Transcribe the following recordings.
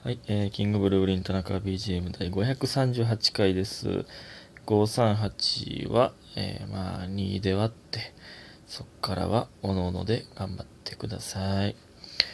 はい、キングブルーリン田中 BGM 第538回です。538は、まあ2で割って、そっからはおのおので頑張ってください。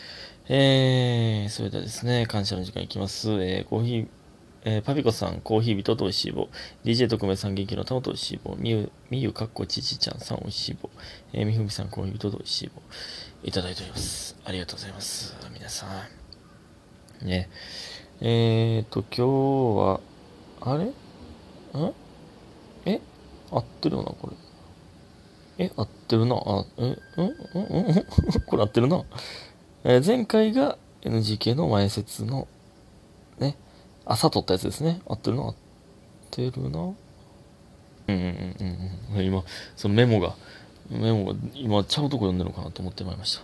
それではですね、感謝の時間いきます。コーヒー、パピコさん、コーヒー人とおいしい棒。DJ 特命さん、元気の玉とおいしい棒。みゆかっこちちちゃんさん、おいしい棒。みふみさん、コーヒー人とおいしい棒。いただいております。ありがとうございます。皆さん。ね。今日は、あれえ合ってるよな、これ。合ってるな。これ合ってるな。前回が NGK の前説の、ね、朝撮ったやつですね。合ってるな、合ってるな。今、そのメモが、今、ちゃうとこ読んでるのかなと思ってまいりました。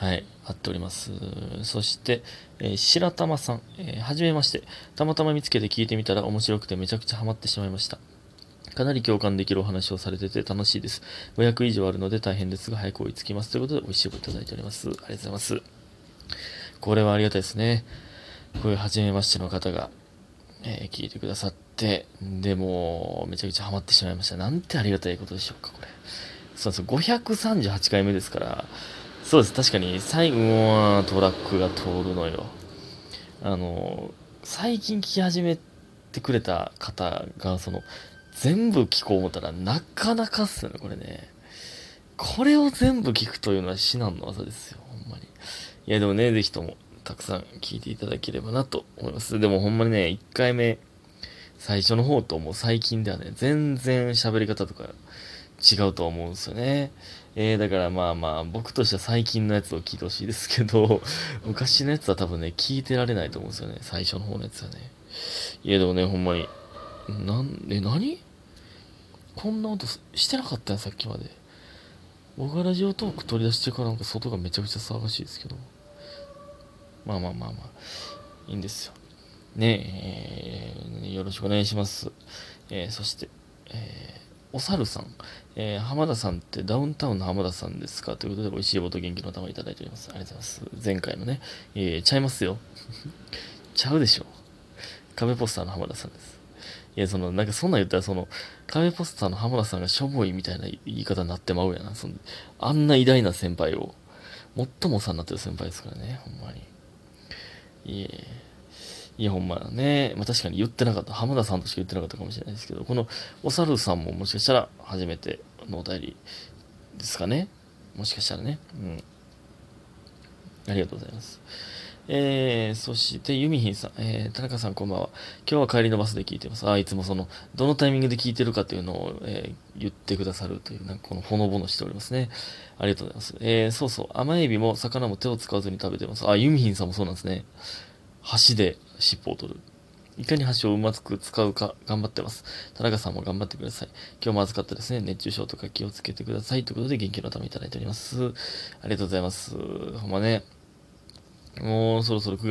はい、合っております。そして、白玉さん、はじめまして。たまたま見つけて聞いてみたら面白くてめちゃくちゃハマってしまいました。かなり共感できるお話をされてて楽しいです。500以上あるので大変ですが、早く追いつきます。ということで、美味しい棒いただいております。ありがとうございます。これはありがたいですね。こういう初めましての方が、聞いてくださって、でも、めちゃくちゃハマってしまいました。なんてありがたいことでしょうか、これ。そうです。538回目ですから、そうです。確かに最後はトラックが通るのよ。あの、最近聞き始めてくれた方が、全部聞こう思ったらなかなかっすよね、これね。これを全部聞くというのは至難の技ですよ、ほんまに。いや、でもね、ぜひともたくさん聞いていただければなと思います。でもほんまにね、1回目、最初の方ともう最近ではね、全然喋り方とか違うと思うんですよね。だからまあまあ、僕としては最近のやつを聞いてほしいですけど、昔のやつは多分ね、聞いてられないと思うんですよね。最初の方のやつはね。いやでもね、ほんまに、何こんな音してなかったよ、さっきまで。僕がラジオトーク取り出してからなんか外がめちゃくちゃ騒がしいですけど。まあまあまあまあ、いいんですよ。ねよろしくお願いします。そして、おさるさん、浜田さんってダウンタウンの浜田さんですかということで、美味しいボト元気の玉いただいております。ありがとうございます。前回のね、ちゃいますよ。ちゃうでしょ。壁ポスターの浜田さんです。いや、なんかそんなん言ったら、壁ポスターの浜田さんがしょぼいみたいな言い方になってまうやな。あんな偉大な先輩を、最もお世話になってる先輩ですからね、ほんまに。いえ、いや、ほんまね。まあ、確かに言ってなかった。浜田さんとしか言ってなかったかもしれないですけど、このお猿さんももしかしたら初めてのお便りですかね。もしかしたらね。うん。ありがとうございます。そして、ユミヒンさん、田中さんこんばんは。今日は帰りのバスで聞いてます。いつもどのタイミングで聞いてるかっていうのを、言ってくださるという、なんかこのほのぼのしておりますね。ありがとうございます。そうそう、甘エビも魚も手を使わずに食べてます。ユミヒンさんもそうなんですね。箸で尻尾を取る。いかに箸をうまく使うか頑張ってます。田中さんも頑張ってください。今日も暑かったですね。熱中症とか気をつけてください。ということで元気のためいただいております。ありがとうございます。ほんまね。もうそろそろ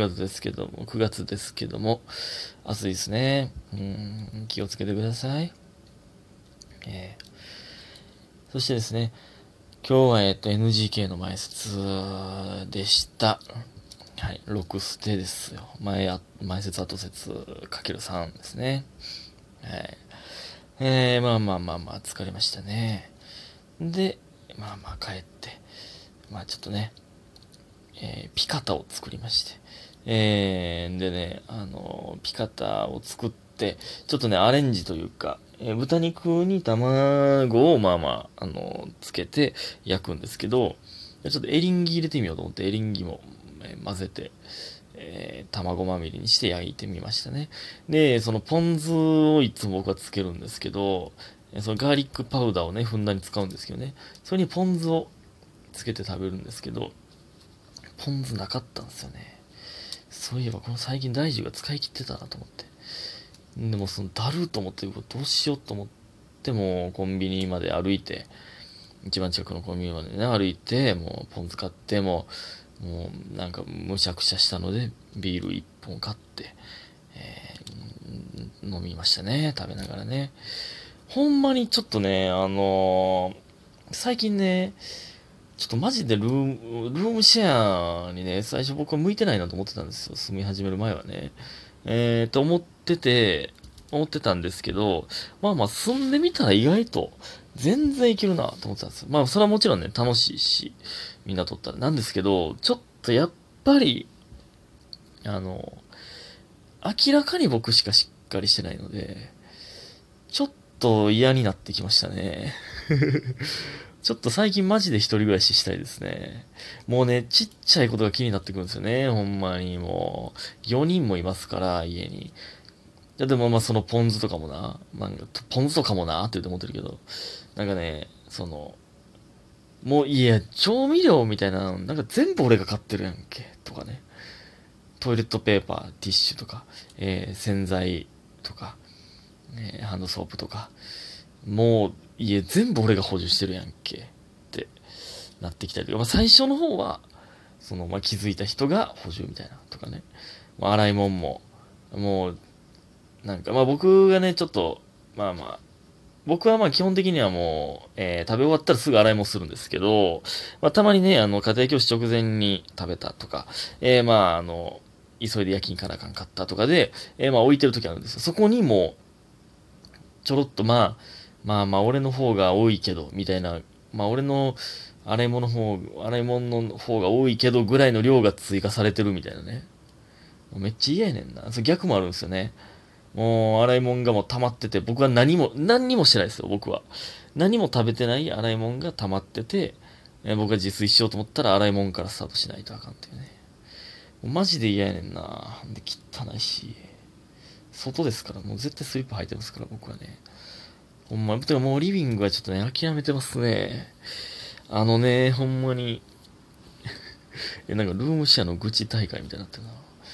9月ですけども、暑いですね。気をつけてください。そしてですね、今日はNGK の前説でした。はい、6ステですよ。前説後説かける3ですね。はい。まあまあまあまあ、疲れましたね。で、まあまあ帰って、まあちょっとね、ピカタを作りまして。でね、ピカタを作って、ちょっとね、アレンジというか、豚肉に卵をまあまあ、つけて焼くんですけど、ちょっとエリンギ入れてみようと思って、エリンギも、混ぜて、卵まみれにして焼いてみましたね。で、そのポン酢をいつも僕はつけるんですけど、そのガーリックパウダーをね、ふんだんに使うんですけどね、それにポン酢をつけて食べるんですけど、ポン酢なかったんですよね。そういえばこの最近大樹が使い切ってたなと思って。でもだるーと思ってどうしようと思ってもコンビニまで歩いて、一番近くのコンビニまでね、歩いて、もうポン酢買って、もうなんかむしゃくしゃしたのでビール1本買って、飲みましたね。食べながらね。ほんまにちょっとね、最近ね、 ちょっとマジでルームシェアにね、最初僕は向いてないなと思ってたんですよ。住み始める前はね。と思ってたんですけど、まあまあ住んでみたら意外と全然いけるなと思ってたんですよ。まあそれはもちろんね、楽しいし、みんなとったらなんですけど、ちょっとやっぱり、あの、明らかに僕しかしっかりしてないので、ちょっと嫌になってきましたね。ちょっと最近マジで一人暮らししたいですね。もうね、ちっちゃいことが気になってくるんですよね。ほんまにもう。4人もいますから、家に。いやでもまあそのポン酢とかもな、ポン酢とかもなって言って思ってるけど、なんかね、もういや、調味料みたいな、なんか全部俺が買ってるやんけ、とかね。トイレットペーパー、ティッシュとか、洗剤とか、ハンドソープとか、もう、いえ、全部俺が補充してるやんけ、ってなってきたりとか、まあ最初の方は、まあ気づいた人が補充みたいな、とかね。まあ洗い物も、もう、なんか、まあ僕がね、ちょっと、まあまあ、僕はまあ基本的にはもう、食べ終わったらすぐ洗い物するんですけど、まあたまにね、家庭教師直前に食べたとか、まあ急いで夜勤からあかんかったとかで、まあ置いてる時あるんですよ。そこにも、ちょろっとまあ俺の方が多いけど、みたいな、まあ俺の洗い物の方が多いけどぐらいの量が追加されてるみたいなね。もうめっちゃ嫌やねんな。それ逆もあるんですよね。もう、洗い物がもう溜まってて、僕は何にもしてないですよ、僕は。何も食べてない洗い物が溜まってて、僕が自炊しようと思ったら洗い物からスタートしないとあかんっていうね。もうマジで嫌やねんな。で、汚いし。外ですから、もう絶対スリッパ履いてますから、僕はね。ほんま、てかもうリビングはちょっとね、諦めてますね。ほんまに、なんかルームシェアの愚痴大会みたいになってるな。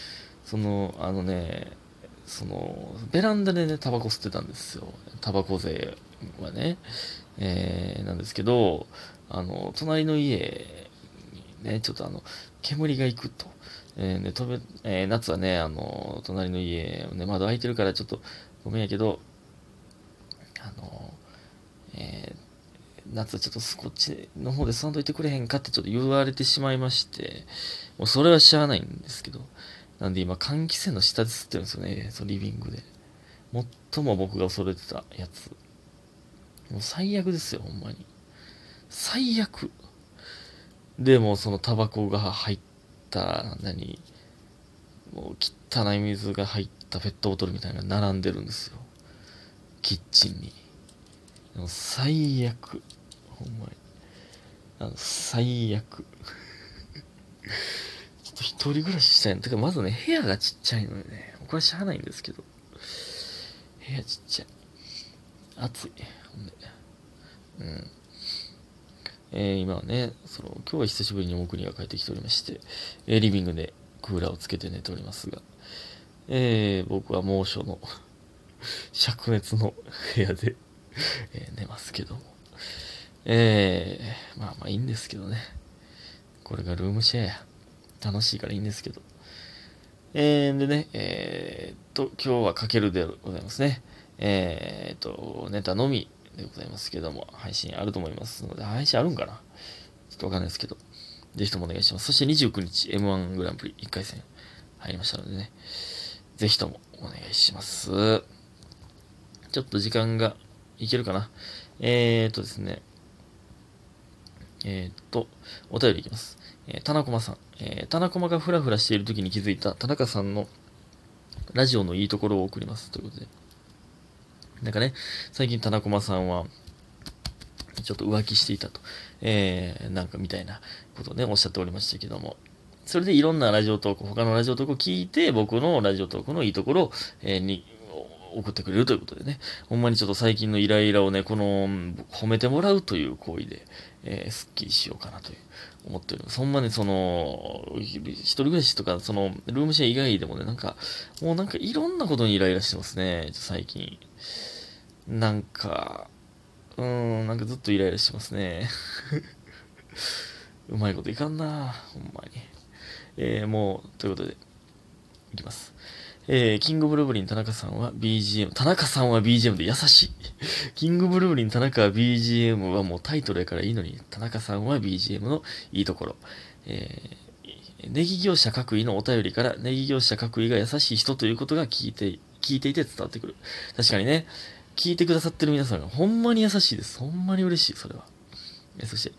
ベランダでね、タバコ吸ってたんですよ。タバコ税はね。なんですけど、隣の家にね、ちょっと煙が行くと。夏はね、隣の家、ね、窓開いてるからちょっとごめんやけど、あの、え夏はちょっとこっちの方で吸わんといてくれへんかってちょっと言われてしまいまして、もうそれはしゃあないんですけど、なんで今換気扇の下で吸ってるんですよね、そのリビングで。最も僕が恐れてたやつ。もう最悪ですよ、ほんまに。最悪。で、もうそのタバコが入った、もう汚い水が入ったペットボトルみたいなのが並んでるんですよ。キッチンに。もう最悪。ほんまに。最悪。ちょっと一人暮らししたいの。てか、まずね、部屋がちっちゃいのでね、これはしゃあないんですけど、部屋ちっちゃい。暑い。ほんで。うん。今はね、今日は久しぶりに奥にが帰ってきておりまして、リビングでクーラーをつけて寝ておりますが、僕は猛暑の灼熱の部屋で、寝ますけども。まあまあいいんですけどね。これがルームシェアや。楽しいからいいんですけど。でね、今日はかけるでございますね。ネタのみでございますけども、配信あると思いますので、配信あるんかなちょっとわかんないですけど、ぜひともお願いします。そして29日 M1 グランプリ1回戦入りましたのでね、ぜひともお願いします。ちょっと時間がいけるかな。ですね、お便りいきます。田中さん。田中がフラフラしている時に気づいた田中さんのラジオのいいところを送ります。ということで。なんかね、最近田中さんは、ちょっと浮気していたと。なんかみたいなことをね、おっしゃっておりましたけども。それでいろんなラジオトーク、他のラジオトークを聞いて、僕のラジオトークのいいところを、送ってくれるということでね。ほんまにちょっと最近のイライラをね、褒めてもらうという行為で、スッキリしようかなという思っております。ほんまに一人暮らしとか、ルームシェア以外でもね、もういろんなことにイライラしてますね、最近。なんか、なんかずっとイライラしてますね。うまいこといかんなほんまに。もう、ということで、 いきます。キングブルブリン田中さんは BGM、田中さんは BGM で優しい。キングブルブリン田中は BGM はもうタイトルやからいいのに、田中さんは BGM のいいところ。ネギ業者各位のお便りから、ネギ業者各位が優しい人ということが聞いていて伝わってくる。確かにね、聞いてくださってる皆さんがほんまに優しいです。ほんまに嬉しい、それは。そして、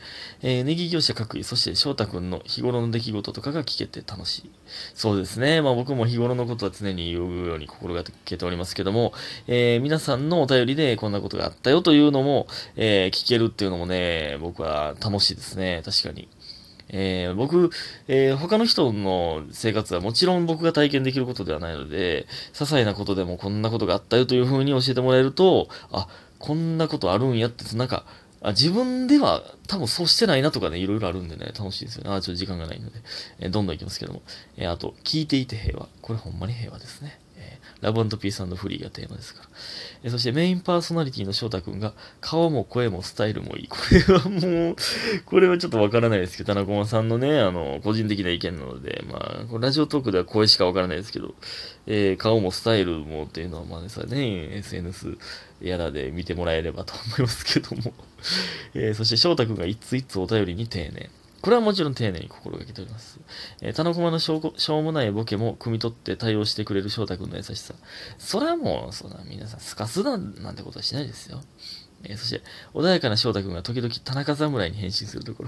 ネギ業者各位、そして翔太くんの日頃の出来事とかが聞けて楽しい。そうですね。まあ僕も日頃のことは常に言うように心がけておりますけども、皆さんのお便りでこんなことがあったよというのも、聞けるっていうのもね、僕は楽しいですね。確かに。僕、他の人の生活はもちろん僕が体験できることではないので、些細なことでもこんなことがあったよというふうに教えてもらえると、あ、こんなことあるんやって、なんか、自分では多分そうしてないなとかね、いろいろあるんでね、楽しいですよね。ちょっと時間がないので、どんどんいきますけども。あと、聞いていて平和。これほんまに平和ですね。ラブピースフリーがテーマですから。そしてメインパーソナリティの翔太くんが、顔も声もスタイルもいい。これはもう、これはちょっとわからないですけど、田中さんのね、個人的な意見なので、まあ、ラジオトークでは声しかわからないですけど、顔もスタイルもっていうのは、まあね、それね、SNS やらで見てもらえればと思いますけども。そして翔太くんがいついつお便りに丁寧。これはもちろん丁寧に心がけております。田之駒のしょうもないボケも汲み取って対応してくれる翔太くんの優しさ。それはもう、そんな皆さんスカスだなんてことはしないですよ。そして、穏やかな翔太くんが時々田中侍に変身するところ。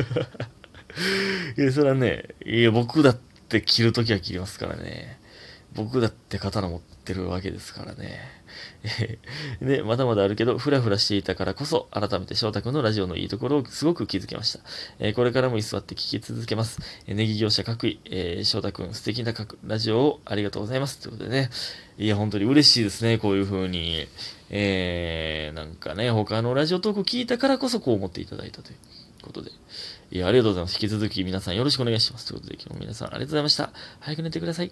それはね、僕だって着るときは着りますからね。僕だって刀持ってるわけですからね。で、まだまだあるけど、ふらふらしていたからこそ、改めて翔太くんのラジオのいいところをすごく気づけました。これからも居座って聞き続けます。ネギ業者各位、翔太くん素敵なラジオをありがとうございます。ということでね、いや、本当に嬉しいですね、こういう風に。なんかね、他のラジオトーク聞いたからこそこう思っていただいたということで。いや、ありがとうございます。引き続き皆さんよろしくお願いします。ということで、今日も皆さんありがとうございました。早く寝てください。